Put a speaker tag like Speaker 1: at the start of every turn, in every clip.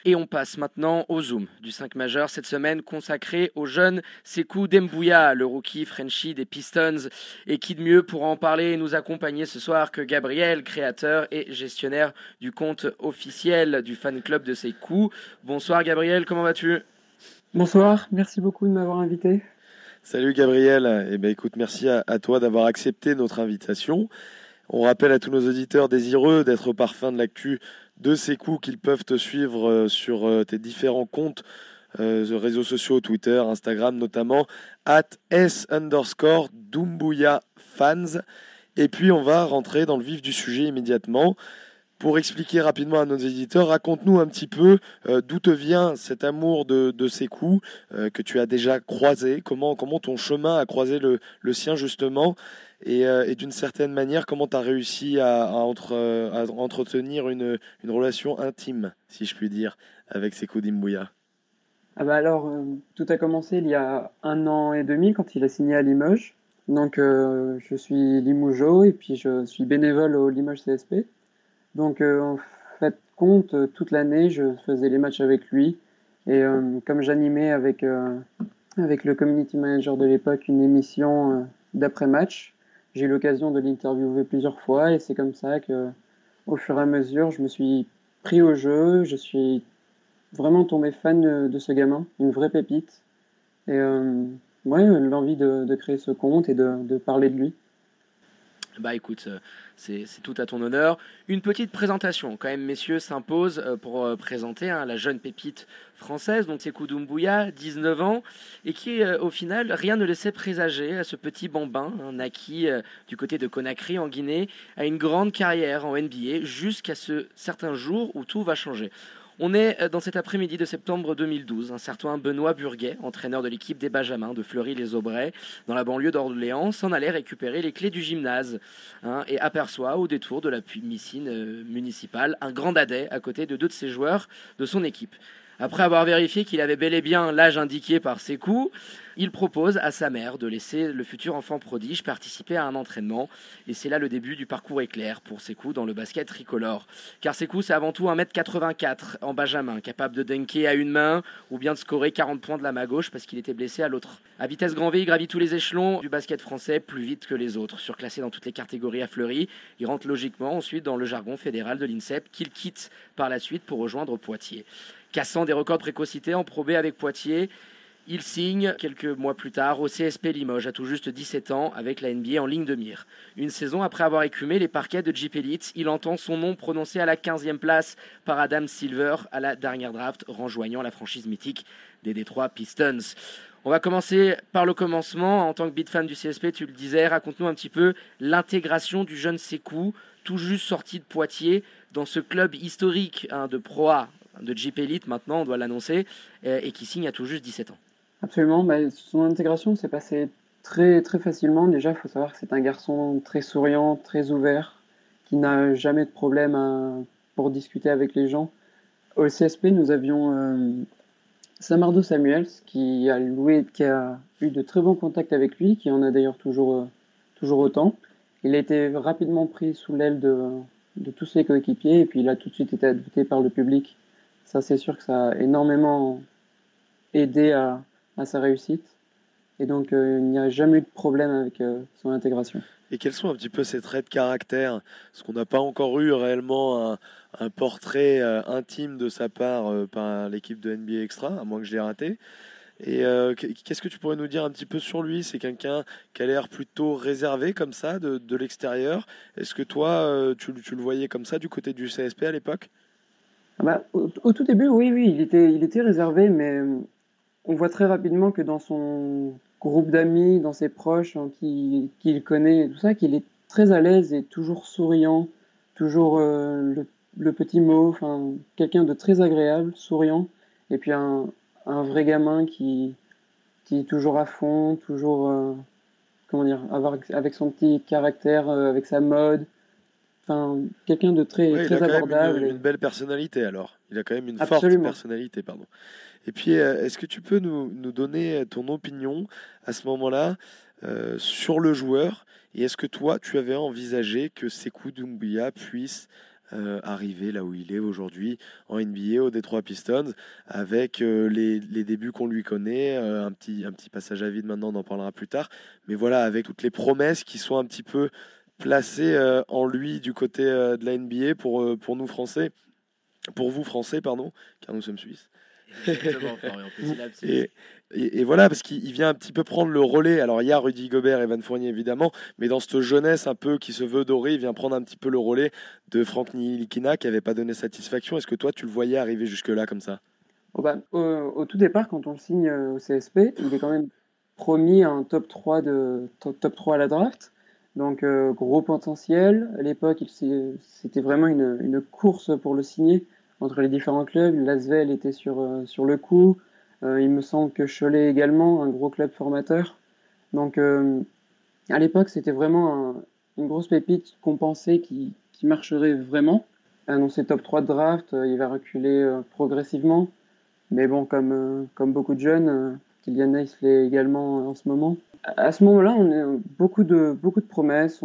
Speaker 1: Et on passe maintenant au Zoom du 5 majeur, cette semaine consacrée au jeune Sékou Doumbouya, le rookie Frenchie des Pistons. Et qui de mieux pour en parler et nous accompagner ce soir que Gabriel, créateur et gestionnaire du compte officiel du fan club de Sékou. Bonsoir Gabriel, comment vas-tu ?
Speaker 2: Bonsoir, merci beaucoup de m'avoir invité.
Speaker 3: Salut Gabriel, écoute, merci à toi d'avoir accepté notre invitation. On rappelle à tous nos auditeurs désireux d'être au parfum de l'actu de Sékou qu'ils peuvent te suivre sur tes différents comptes réseaux sociaux, Twitter, Instagram notamment, @s_Doumbouya_fans. Et puis on va rentrer dans le vif du sujet immédiatement. Pour expliquer rapidement à nos éditeurs, raconte-nous un petit peu d'où te vient cet amour de Sékou que tu as déjà croisé, comment ton chemin a croisé le sien justement, et d'une certaine manière, comment tu as réussi à entretenir une relation intime, si je puis dire, avec Sékou Doumbouya.
Speaker 2: Tout a commencé il y a 1 an et demi quand il a signé à Limoges. Donc, je suis Limougeot et puis je suis bénévole au Limoges CSP. Donc, en fait, toute l'année, je faisais les matchs avec lui. Et comme j'animais avec le community manager de l'époque une émission d'après-match, j'ai eu l'occasion de l'interviewer plusieurs fois. Et c'est comme ça que, au fur et à mesure, je me suis pris au jeu. Je suis vraiment tombé fan de ce gamin, une vraie pépite. Et ouais, l'envie de créer ce compte et de parler de lui.
Speaker 1: Bah écoute, c'est tout à ton honneur. Une petite présentation, quand même, messieurs, s'impose pour présenter la jeune pépite française, donc Sékou Doumbouya, 19 ans, et qui, au final, rien ne laissait présager à ce petit bambin, naquit du côté de Conakry, en Guinée, à une grande carrière en NBA, jusqu'à ce certain jour où tout va changer. On est dans cet après-midi de septembre 2012. Un certain Benoît Burguet, entraîneur de l'équipe des Benjamins de Fleury-les-Aubrais, dans la banlieue d'Orléans, s'en allait récupérer les clés du gymnase et aperçoit au détour de la piscine municipale un grand dadais à côté de 2 de ses joueurs de son équipe. Après avoir vérifié qu'il avait bel et bien l'âge indiqué par Sékou, il propose à sa mère de laisser le futur enfant prodige participer à un entraînement. Et c'est là le début du parcours éclair pour Sékou dans le basket tricolore. Car Sékou, c'est avant tout 1m84 en benjamin, capable de dunker à une main ou bien de scorer 40 points de la main gauche parce qu'il était blessé à l'autre. À vitesse grand V, il gravit tous les échelons du basket français plus vite que les autres. Surclassé dans toutes les catégories à Fleury, il rentre logiquement ensuite dans le jargon fédéral de l'INSEP qu'il quitte par la suite pour rejoindre Poitiers. Cassant des records de précocité en Pro B avec Poitiers, il signe quelques mois plus tard au CSP Limoges à tout juste 17 ans avec la NBA en ligne de mire. Une saison après avoir écumé les parquets de Jeep Elite, il entend son nom prononcé à la 15e place par Adam Silver à la dernière draft, renjoignant la franchise mythique des Detroit Pistons. On va commencer par le commencement. En tant que beat fan du CSP, tu le disais, raconte-nous un petit peu l'intégration du jeune Sékou, tout juste sorti de Poitiers, dans ce club historique de Pro A, de Jeep Elite maintenant, on doit l'annoncer, et qui signe à tout juste 17 ans.
Speaker 2: Absolument, son intégration s'est passée très, très facilement. Déjà, il faut savoir que c'est un garçon très souriant, très ouvert, qui n'a jamais de problème pour discuter avec les gens. Au CSP, nous avions Samardo Samuels qui a eu de très bons contacts avec lui, qui en a d'ailleurs toujours autant. Il a été rapidement pris sous l'aile de tous ses coéquipiers et puis il a tout de suite été adopté par le public. Ça, c'est sûr que ça a énormément aidé à sa réussite. Et donc, il n'y a jamais eu de problème avec son intégration.
Speaker 3: Et quels sont un petit peu ses traits de caractère? Parce qu'on n'a pas encore eu réellement un portrait intime de sa part par l'équipe de NBA Extra, à moins que je l'ai raté. Et qu'est-ce que tu pourrais nous dire un petit peu sur lui? C'est quelqu'un qui a l'air plutôt réservé comme ça de l'extérieur. Est-ce que toi, tu le voyais comme ça du côté du CSP à l'époque?
Speaker 2: Au tout début, oui, il était réservé, mais on voit très rapidement que dans son groupe d'amis, dans ses proches qu'il connaît et tout ça, qu'il est très à l'aise et toujours souriant, toujours le petit mot, enfin quelqu'un de très agréable, souriant, et puis un vrai gamin qui est toujours à fond, toujours comment dire, avec son petit caractère, avec sa mode, enfin quelqu'un de très
Speaker 3: Oui, il a
Speaker 2: très
Speaker 3: quand même
Speaker 2: abordable.
Speaker 3: une belle personnalité alors. Il a quand même une forte
Speaker 2: Absolument.
Speaker 3: personnalité, pardon. Et puis, est-ce que tu peux nous donner ton opinion à ce moment-là sur le joueur? Et est-ce que toi, tu avais envisagé que Sékou Doumbouya puisse arriver là où il est aujourd'hui en NBA au Detroit Pistons avec les débuts qu'on lui connaît, un petit passage à vide maintenant, on en parlera plus tard, mais voilà, avec toutes les promesses qui sont un petit peu placées en lui du côté de la NBA pour nous Français, pour vous Français, pardon, car nous sommes Suisses.
Speaker 1: Exactement, Florian, petit lapsus.
Speaker 3: Et voilà, parce qu'il vient un petit peu prendre le relais. Alors, il y a Rudy Gobert et Evan Fournier, évidemment, mais dans cette jeunesse un peu qui se veut dorée, il vient prendre un petit peu le relais de Frank Ntilikina, qui n'avait pas donné satisfaction. Est-ce que toi, tu le voyais arriver jusque-là, comme ça?
Speaker 2: Au tout départ, quand on le signe au CSP, il est quand même promis à un top 3 à la draft. Donc, gros potentiel. À l'époque, c'était vraiment une course pour le signer entre les différents clubs. L'Asvel était sur le coup. Il me semble que Cholet également, un gros club formateur. Donc, à l'époque, c'était vraiment une grosse pépite qu'on pensait qui marcherait vraiment. Annoncé top 3 de draft, il va reculer progressivement. Mais bon, comme beaucoup de jeunes, Kylian Hayes l'est également en ce moment. À ce moment-là, on a beaucoup de promesses.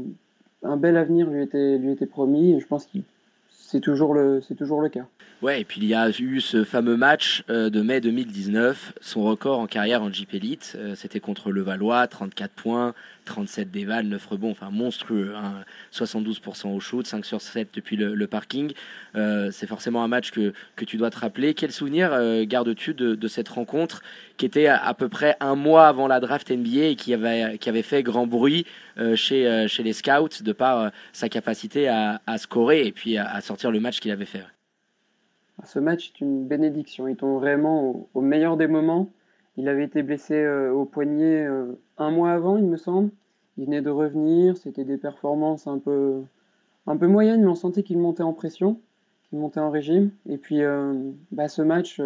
Speaker 2: Un bel avenir lui était promis. Et je pense que c'est toujours le cas.
Speaker 1: Ouais, et puis il y a eu ce fameux match de mai 2019, son record en carrière en Jeep Elite, c'était contre Levallois, 34 points, 37 dévals, 9 rebonds, enfin monstrueux, hein, 72% au shoot, 5 sur 7 depuis le parking. C'est forcément un match que tu dois te rappeler. Quel souvenir gardes-tu de cette rencontre qui était à peu près un mois avant la draft NBA et qui avait fait grand bruit chez les scouts de par sa capacité à scorer et puis à sortir le match qu'il avait fait?
Speaker 2: Ce match est une bénédiction. Il tombe vraiment au meilleur des moments. Il avait été blessé au poignet un mois avant, il me semble. Il venait de revenir. C'était des performances un peu moyennes, mais on sentait qu'il montait en pression, qu'il montait en régime. Et puis, ce match,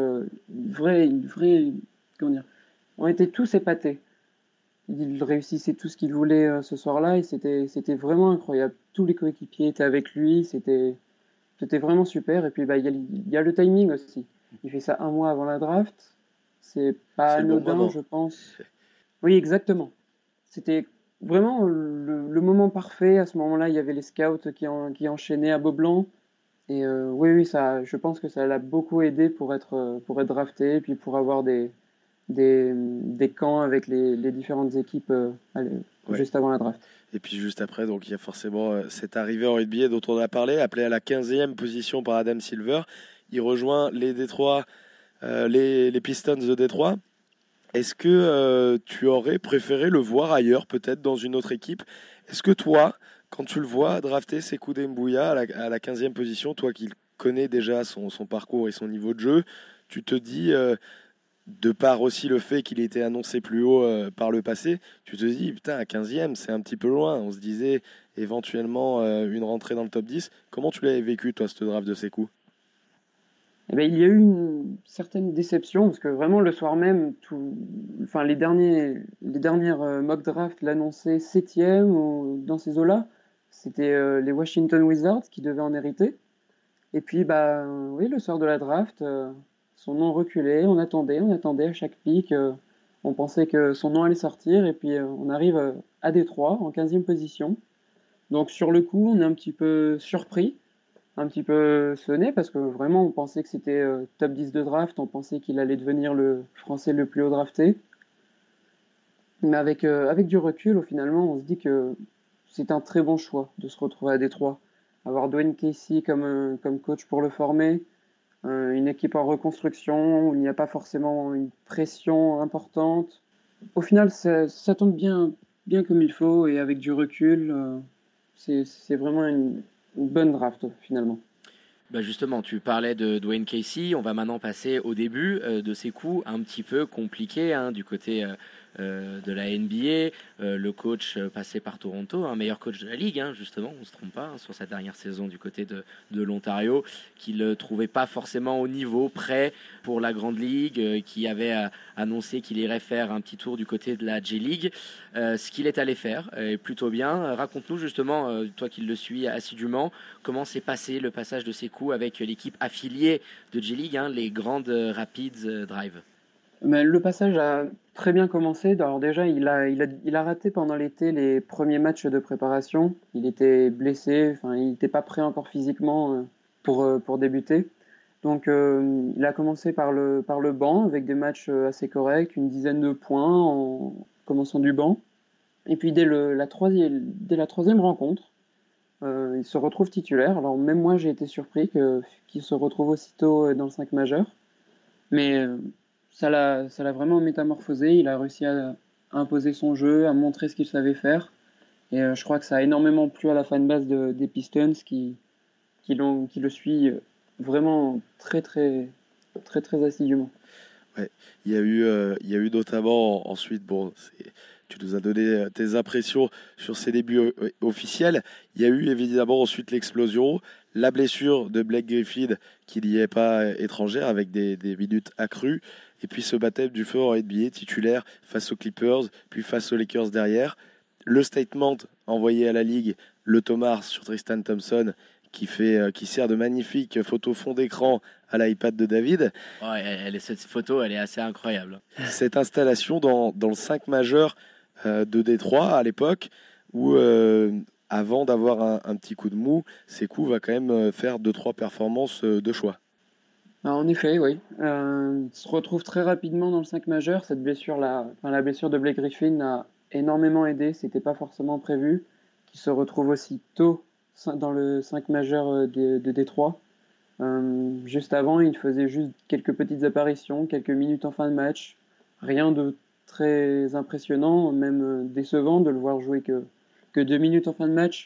Speaker 2: comment dire, on était tous épatés. Il réussissait tout ce qu'il voulait ce soir-là et c'était vraiment incroyable. Tous les coéquipiers étaient avec lui. C'était vraiment super. Et puis, il y a le timing aussi. Il fait ça un mois avant la draft. C'est pas
Speaker 3: C'est le bon
Speaker 2: anodin,
Speaker 3: moment.
Speaker 2: je pense. Oui, exactement. C'était vraiment le moment parfait. À ce moment-là, il y avait les scouts qui enchaînaient à Beaublanc. Et oui, je pense que ça l'a beaucoup aidé pour être drafté et puis pour avoir des camps avec les différentes équipes
Speaker 3: Ouais.
Speaker 2: juste avant la draft.
Speaker 3: Et puis juste après, donc il y a forcément cette arrivée en NBA dont on a parlé, appelé à la 15e position par Adam Silver. Il rejoint les Détroit, les Pistons de Détroit. Est-ce que tu aurais préféré le voir ailleurs, peut-être dans une autre équipe? Est-ce que toi, quand tu le vois drafter Sekou Doumbouya à la 15e position, toi qui connais déjà son parcours et son niveau de jeu, tu te dis, de par aussi le fait qu'il ait été annoncé plus haut par le passé, tu te dis, putain, à 15e, c'est un petit peu loin. On se disait éventuellement une rentrée dans le top 10. Comment tu l'avais vécu, toi, ce draft de Sekou?
Speaker 2: Eh ben, il y a eu une certaine déception parce que vraiment le soir même, les dernières mock drafts l'annonçaient septième ou dans ces eaux-là. C'était les Washington Wizards qui devaient en hériter. Et puis oui, le soir de la draft, son nom reculait. On attendait à chaque pick. On pensait que son nom allait sortir et puis on arrive à Détroit en 15e position. Donc sur le coup, on est un petit peu surpris, un petit peu sonné parce que vraiment on pensait que c'était top 10 de draft, on pensait qu'il allait devenir le Français le plus haut drafté. Mais avec du recul, finalement, on se dit que c'est un très bon choix de se retrouver à Détroit. Avoir Dwayne Casey comme coach pour le former, une équipe en reconstruction où il n'y a pas forcément une pression importante. Au final, ça tombe bien comme il faut et avec du recul, c'est vraiment une bonne draft finalement.
Speaker 1: Bah justement, tu parlais de Dwayne Casey. On va maintenant passer au début de ces coups un petit peu compliqués hein, du côté de la NBA. Le coach passé par Toronto, un meilleur coach de la ligue, hein, justement, on ne se trompe pas, hein, sur sa dernière saison du côté de l'Ontario, qui ne le trouvait pas forcément au niveau, prêt pour la Grande Ligue, qui avait annoncé qu'il irait faire un petit tour du côté de la J-League. Ce qu'il est allé faire est plutôt bien. Raconte-nous justement, toi qui le suis assidûment, comment s'est passé le passage de ces coups avec l'équipe affiliée de J-League, hein, les Grandes Rapids Drive.
Speaker 2: Mais le passage a très bien commencé. Alors déjà, il a raté pendant l'été les premiers matchs de préparation. Il était blessé, enfin, il n'était pas prêt encore physiquement pour débuter. Donc il a commencé par le banc avec des matchs assez corrects, une dizaine de points en commençant du banc. Et puis dès la troisième rencontre, il se retrouve titulaire. Alors même moi, j'ai été surpris qu'il se retrouve aussitôt dans le 5 majeur. Mais ça l'a vraiment métamorphosé. Il a réussi à imposer son jeu, à montrer ce qu'il savait faire. Et je crois que ça a énormément plu à la fanbase des Pistons qui le suit vraiment très, très, très, très assidûment.
Speaker 3: Ouais. Il y a eu notamment ensuite, bon, tu nous as donné tes impressions sur ses débuts officiels. Il y a eu évidemment ensuite l'explosion, la blessure de Blake Griffin qui n'y est pas étrangère avec des minutes accrues, et puis ce baptême du feu en NBA titulaire face aux Clippers, puis face aux Lakers derrière. Le statement envoyé à la Ligue, le Thomas sur Tristan Thompson qui sert de magnifique photo fond d'écran à l'iPad de David.
Speaker 1: Ouais, cette photo, elle est assez incroyable.
Speaker 3: Cette installation dans le 5 majeur de Détroit à l'époque, où avant d'avoir un petit coup de mou, Sekou va quand même faire 2-3 performances de choix.
Speaker 2: Alors, en effet, oui. Il se retrouve très rapidement dans le 5 majeur. Cette blessure-là, enfin, la blessure de Blake Griffin a énormément aidé. C'était pas forcément prévu. Qu'il se retrouve aussi tôt dans le 5 majeur de Détroit. Juste avant, il faisait juste quelques petites apparitions, quelques minutes en fin de match. Rien de très impressionnant, même décevant de le voir jouer que 2 minutes en fin de match.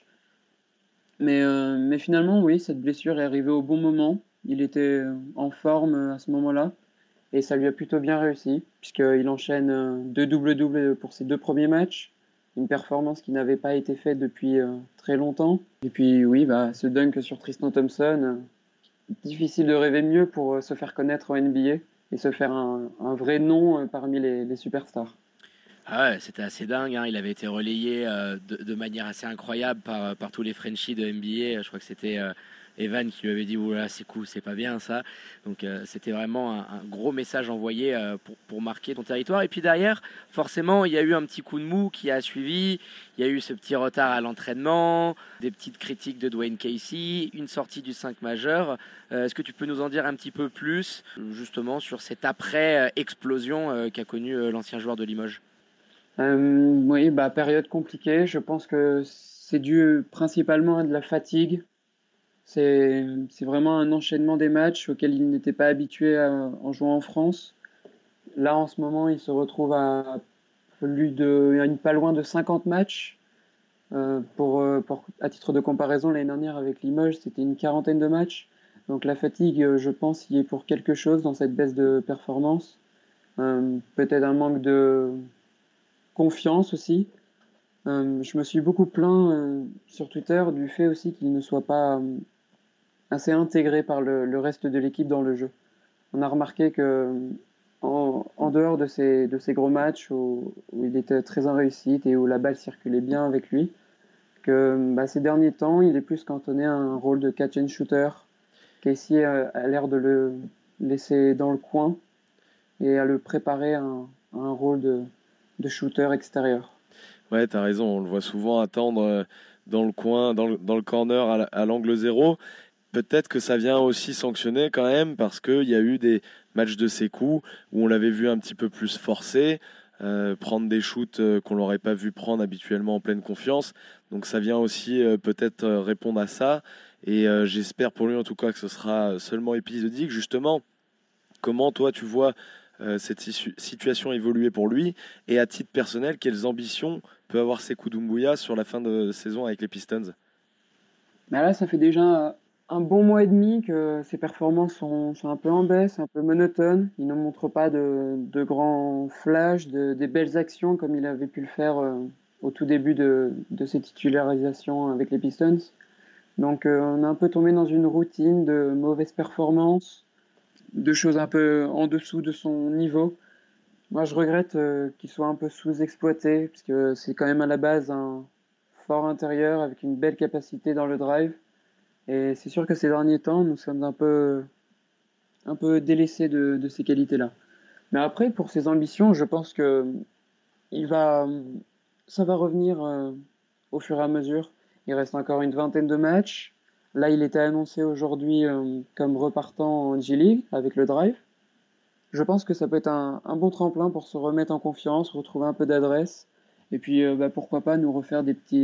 Speaker 2: Mais finalement, oui, cette blessure est arrivée au bon moment. Il était en forme à ce moment-là et ça lui a plutôt bien réussi puisqu'il enchaîne 2 doubles-doubles pour ses 2 premiers matchs. Une performance qui n'avait pas été faite depuis très longtemps. Et puis oui, ce dunk sur Tristan Thompson, difficile de rêver mieux pour se faire connaître en NBA et se faire un vrai nom parmi les superstars.
Speaker 1: Ah ouais, c'était assez dingue, hein. Il avait été relayé de manière assez incroyable par tous les Frenchies de NBA. Je crois que c'était Evan qui lui avait dit oula, c'est cool, c'est pas bien ça. Donc c'était vraiment un gros message envoyé pour marquer ton territoire. Et puis derrière, forcément, il y a eu un petit coup de mou qui a suivi. Il y a eu ce petit retard à l'entraînement, des petites critiques de Dwayne Casey, une sortie du 5 majeur. Est-ce que tu peux nous en dire un petit peu plus justement sur cette après-explosion qu'a connue l'ancien joueur de Limoges?
Speaker 2: Oui, période compliquée. Je pense que c'est dû principalement à de la fatigue. C'est vraiment un enchaînement des matchs auxquels il n'était pas habitué en jouant en France. Là, en ce moment, il se retrouve pas loin de 50 matchs. À titre de comparaison, l'année dernière avec Limoges, c'était une quarantaine de matchs. Donc la fatigue, je pense, y est pour quelque chose dans cette baisse de performance. Peut-être un manque de confiance aussi. Je me suis beaucoup plaint sur Twitter du fait aussi qu'il ne soit pas assez intégré par le reste de l'équipe dans le jeu. On a remarqué que en dehors de ces gros matchs où il était très en réussite et où la balle circulait bien avec lui, que ces derniers temps, il est plus cantonné à un rôle de catch and shooter. Casey a l'air de le laisser dans le coin et à le préparer à un rôle de shooter extérieur.
Speaker 3: Ouais, t'as raison, on le voit souvent attendre dans le coin, dans le corner à l'angle zéro. Peut-être que ça vient aussi sanctionner quand même parce qu'il y a eu des matchs de Sekou où on l'avait vu un petit peu plus forcé, prendre des shoots qu'on l'aurait pas vu prendre habituellement en pleine confiance. Donc ça vient aussi peut-être répondre à ça. Et j'espère pour lui en tout cas que ce sera seulement épisodique. Justement, comment toi tu vois cette situation évoluer pour lui et à titre personnel, quelles ambitions peut avoir Sekou Doumbouya sur la fin de saison avec les Pistons?
Speaker 2: Mais là, ça fait déjà un bon mois et demi que ses performances sont un peu en baisse, un peu monotones. Il ne montre pas de grands flashs, des belles actions comme il avait pu le faire au tout début de ses titularisations avec les Pistons. Donc on est un peu tombé dans une routine de mauvaises performances, de choses un peu en dessous de son niveau. Moi, je regrette qu'il soit un peu sous-exploité, parce que c'est quand même à la base un fort intérieur avec une belle capacité dans le drive. Et c'est sûr que ces derniers temps, nous sommes un peu délaissés de ces qualités-là. Mais après, pour ses ambitions, je pense que il va, ça va revenir au fur et à mesure. Il reste encore une vingtaine de matchs. Là, il était annoncé aujourd'hui comme repartant en G-League avec le Drive. Je pense que ça peut être un bon tremplin pour se remettre en confiance, retrouver un peu d'adresse. Et puis, pourquoi pas nous refaire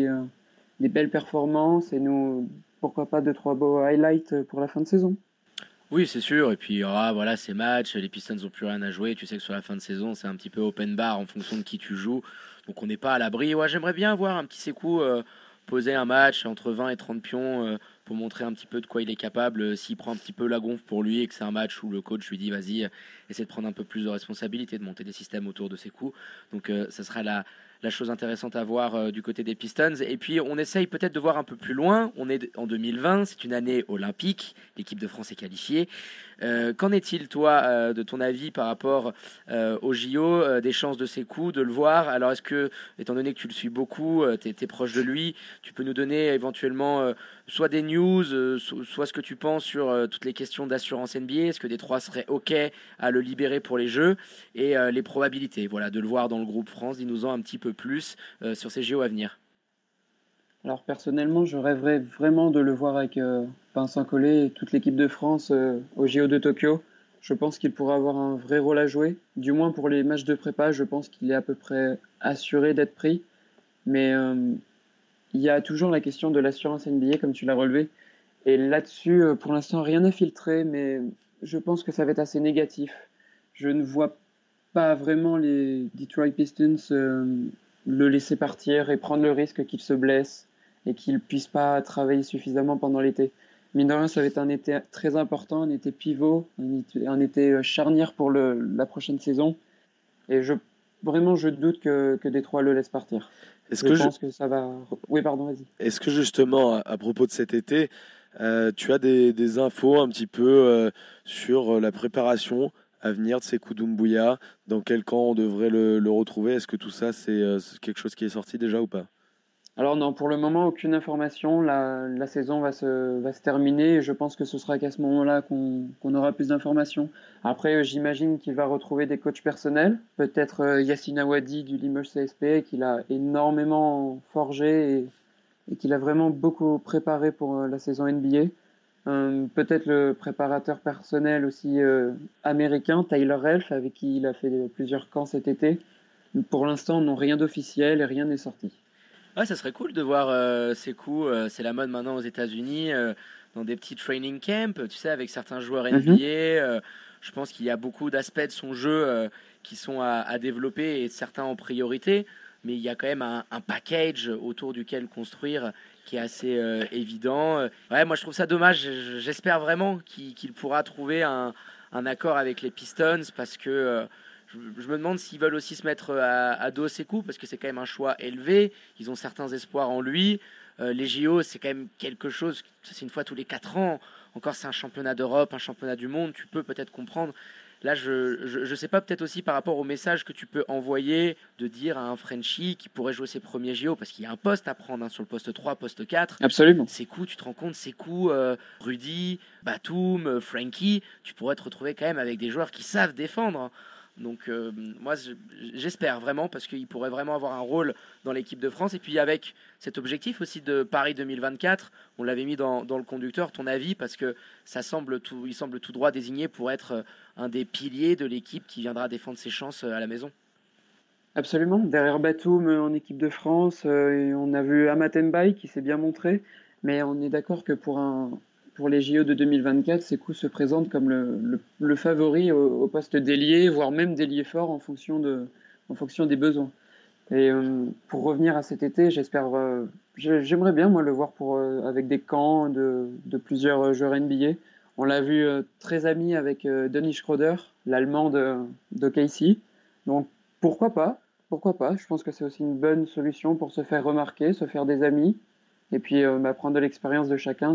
Speaker 2: des belles performances et pourquoi pas deux, trois beaux highlights pour la fin de saison.
Speaker 1: Oui, c'est sûr. Et puis, il y aura voilà, ces matchs. Les Pistons n'ont plus rien à jouer. Tu sais que sur la fin de saison, c'est un petit peu open bar en fonction de qui tu joues. Donc, on n'est pas à l'abri. Ouais, j'aimerais bien voir un petit Sékou poser un match entre 20 et 30 pions pour montrer un petit peu de quoi il est capable. S'il prend un petit peu la gonfle pour lui et que c'est un match où le coach lui dit vas-y, essaie de prendre un peu plus de responsabilité, de monter des systèmes autour de ses coups. Donc, ça sera la chose intéressante à voir du côté des Pistons. Et puis, on essaye peut-être de voir un peu plus loin. On est en 2020, c'est une année olympique. L'équipe de France est qualifiée. Qu'en est-il, toi, de ton avis par rapport au JO, des chances de ses coups, de le voir? Alors, est-ce que, étant donné que tu le suis beaucoup, tu es proche de lui, tu peux nous donner éventuellement soit des news, soit ce que tu penses sur toutes les questions d'assurance NBA? Est-ce que Détroit serait OK à le libérer pour les Jeux? Et les probabilités voilà, de le voir dans le groupe France? Dis-nous-en un petit peu plus sur ces JO à venir.
Speaker 2: Alors personnellement, je rêverais vraiment de le voir avec Vincent Collet et toute l'équipe de France au JO de Tokyo. Je pense qu'il pourra avoir un vrai rôle à jouer. Du moins pour les matchs de prépa, je pense qu'il est à peu près assuré d'être pris. Mais il y a toujours la question de l'assurance NBA, comme tu l'as relevé. Et là-dessus, pour l'instant, rien n'a filtré, mais je pense que ça va être assez négatif. Je ne vois pas vraiment les Detroit Pistons le laisser partir et prendre le risque qu'il se blesse et qu'il ne puisse pas travailler suffisamment pendant l'été. Mine de rien, ça va être un été très important, un été pivot, un été charnière pour la prochaine saison. Et vraiment, je doute que Détroit le laisse partir.
Speaker 3: Est-ce
Speaker 2: Je
Speaker 3: que,
Speaker 2: pense que ça va. Oui, pardon, vas-y.
Speaker 3: est-ce que justement, à propos de cet été, tu as des infos un petit peu sur la préparation à venir de Sékou Doumbouya, dans quel camp on devrait le retrouver? Est-ce que tout ça, c'est quelque chose qui est sorti déjà ou pas?
Speaker 2: Alors non, pour le moment, aucune information. La saison va se terminer et je pense que ce sera qu'à ce moment-là qu'on aura plus d'informations. Après, j'imagine qu'il va retrouver des coachs personnels, peut-être Yassine Awadi du Limoges CSP, qu'il a énormément forgé et qu'il a vraiment beaucoup préparé pour la saison NBA. Peut-être le préparateur personnel aussi américain, Tyler Relf, avec qui il a fait plusieurs camps cet été. Pour l'instant, non, rien d'officiel et rien n'est sorti.
Speaker 1: Ouais, ça serait cool de voir ces coups. C'est la mode maintenant aux États-Unis, dans des petits training camps, tu sais, avec certains joueurs NBA.
Speaker 2: Mhm.
Speaker 1: Je pense qu'il y a beaucoup d'aspects de son jeu qui sont à développer et certains en priorité. Mais il y a quand même un package autour duquel construire qui est assez évident. Ouais, moi je trouve ça dommage. J'espère vraiment qu'il pourra trouver un accord avec les Pistons parce que je me demande s'ils veulent aussi se mettre à dos ses coups parce que c'est quand même un choix élevé. Ils ont certains espoirs en lui. Les JO, c'est quand même quelque chose, c'est une fois tous les 4 ans. Encore, c'est un championnat d'Europe, un championnat du monde. Tu peux peut-être comprendre. Là, je sais pas, peut-être aussi par rapport au message que tu peux envoyer de dire à un Frenchie qui pourrait jouer ses premiers JO, parce qu'il y a un poste à prendre sur le poste 3, poste 4.
Speaker 2: Absolument.
Speaker 1: C'est coups, tu te rends compte, c'est coups, Rudy, Batum, Frankie, tu pourrais te retrouver quand même avec des joueurs qui savent défendre. Donc moi j'espère vraiment parce qu'il pourrait vraiment avoir un rôle dans l'équipe de France et puis avec cet objectif aussi de Paris 2024, on l'avait mis dans le conducteur, ton avis parce que il semble tout droit désigné pour être un des piliers de l'équipe qui viendra défendre ses chances à la maison.
Speaker 2: Absolument. Derrière Batum en équipe de France, et on a vu Amath Mbaye qui s'est bien montré, mais on est d'accord que pour les JO de 2024, Sekou se présente comme le favori au poste d'ailier, voire même d'ailier fort en fonction des besoins. Et pour revenir à cet été, j'aimerais bien moi le voir avec des camps de plusieurs joueurs NBA. On l'a vu très ami avec Dennis Schroeder, l'Allemand de KC. Donc pourquoi pas? Pourquoi pas? Je pense que c'est aussi une bonne solution pour se faire remarquer, se faire des amis, et puis prendre de l'expérience de chacun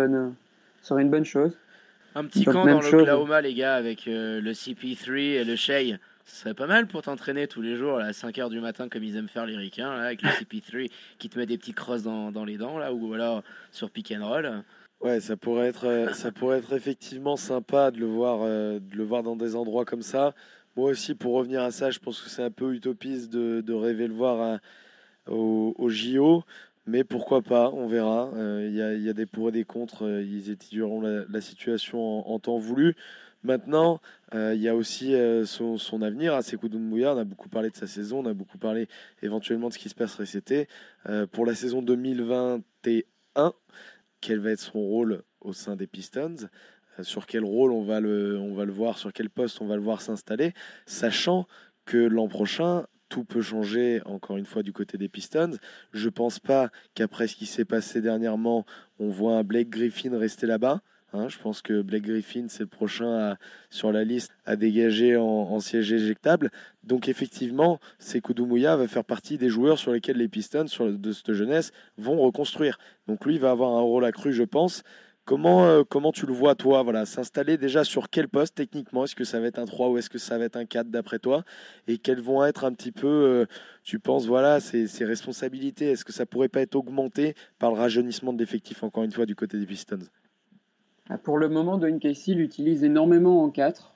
Speaker 2: serait une bonne chose.
Speaker 1: Un petit
Speaker 2: Donc
Speaker 1: camp dans
Speaker 2: même chose.
Speaker 1: l'Oklahoma les gars avec le CP3 et le Shea. Ce serait pas mal pour t'entraîner tous les jours là, à 5h du matin comme ils aiment faire les Ricains là, avec le CP3 qui te met des petits crosses dans les dents là, ou alors sur pick and roll.
Speaker 3: Ouais, ça pourrait être effectivement sympa de le voir dans des endroits comme ça. Moi aussi, pour revenir à ça, je pense que c'est un peu utopiste de rêver le voir au JO, mais pourquoi pas, on verra. Il y a des pour et des contre, ils étudieront la situation en temps voulu. Maintenant, il y a aussi son avenir à Sékou Doumbouya. On a beaucoup parlé de sa saison, on a beaucoup parlé éventuellement de ce qui se passerait cet été. Pour la saison 2021, quel va être son rôle au sein des Pistons? Sur quel rôle on va le voir, sur quel poste on va le voir s'installer, sachant que l'an prochain, tout peut changer encore une fois du côté des Pistons. Je pense pas qu'après ce qui s'est passé dernièrement, on voit un Blake Griffin rester là-bas. Je pense que Blake Griffin, c'est le prochain sur la liste à dégager en siège éjectable. Donc effectivement, Sékou Doumbouya va faire partie des joueurs sur lesquels les Pistons de cette jeunesse vont reconstruire. Donc lui, il va avoir un rôle accru, je pense. Comment tu le vois, toi, voilà, s'installer déjà sur quel poste techniquement? Est-ce que ça va être un 3 ou est-ce que ça va être un 4 d'après toi? Et quelles vont être un petit peu, tu penses, voilà, ses responsabilités? Est-ce que ça pourrait pas être augmenté par le rajeunissement de l'effectif, encore une fois, du côté des Pistons?
Speaker 2: Pour le moment, Dwayne Casey l'utilise énormément en 4.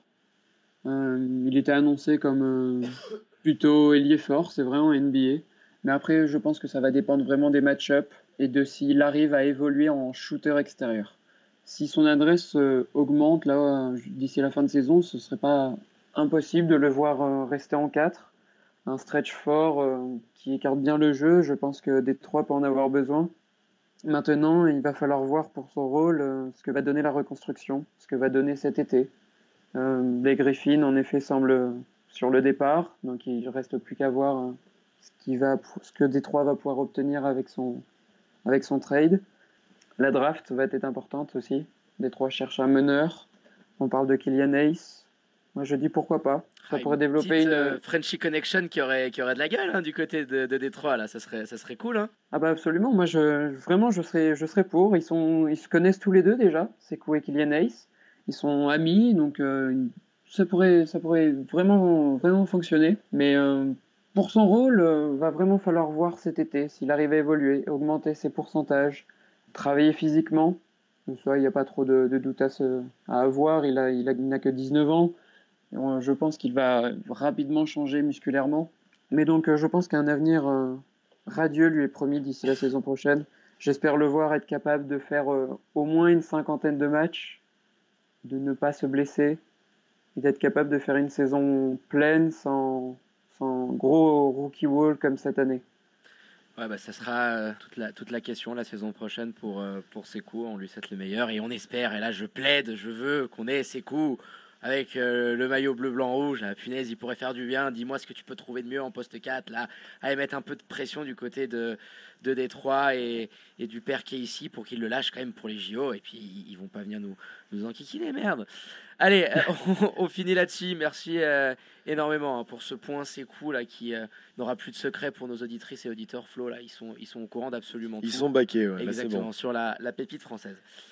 Speaker 2: Il était annoncé comme plutôt ailier fort, c'est vrai, en NBA. Mais après, je pense que ça va dépendre vraiment des match-ups et de s'il arrive à évoluer en shooter extérieur. Si son adresse augmente là d'ici la fin de saison, ce serait pas impossible de le voir rester en 4. Un stretch fort qui écarte bien le jeu, je pense que Détroit peut en avoir besoin. Maintenant, il va falloir voir pour son rôle ce que va donner la reconstruction, ce que va donner cet été. Blake Griffin, en effet, semble sur le départ, donc il ne reste plus qu'à voir ce que Détroit va pouvoir obtenir avec son trade. La draft va être importante aussi. Détroit cherche un meneur. On parle de Killian Hayes. Moi, je dis pourquoi pas. Ça pourrait développer une
Speaker 1: Frenchy Connection qui aurait de la gueule du côté de Détroit là, ça serait cool. Hein.
Speaker 2: Ah bah absolument. Moi, je serais pour. Ils se connaissent tous les deux déjà. Sékou et Killian Hayes. Ils sont amis, donc ça pourrait vraiment fonctionner. Mais pour son rôle, va vraiment falloir voir cet été s'il arrive à évoluer, augmenter ses pourcentages, travailler physiquement. Ça, il n'y a pas trop de doute à avoir. Il n'a que 19 ans. Je pense qu'il va rapidement changer musculairement. Mais donc, je pense qu'un avenir radieux lui est promis d'ici la saison prochaine. J'espère le voir être capable de faire au moins une 50aine de matchs, de ne pas se blesser et d'être capable de faire une saison pleine sans gros rookie wall comme cette année.
Speaker 1: Ouais, bah, ça sera toute la question la saison prochaine pour Sékou. On lui souhaite le meilleur et on espère, et là je plaide, je veux qu'on ait Sékou avec le maillot bleu, blanc, rouge. La punaise, il pourrait faire du bien. Dis-moi ce que tu peux trouver de mieux en poste 4, là, à mettre un peu de pression du côté de Détroit et du père qui est ici pour qu'il le lâche quand même pour les JO. Et puis, ils vont pas venir nous enquiquiner, merde. Allez, on finit là-dessus. Merci énormément pour ce point Sékou là qui n'aura plus de secret pour nos auditrices et auditeurs. Flo, là, ils sont au courant d'absolument tout.
Speaker 3: Ils sont baqués, ouais.
Speaker 1: Exactement,
Speaker 3: Là, c'est bon.
Speaker 1: sur la pépite française.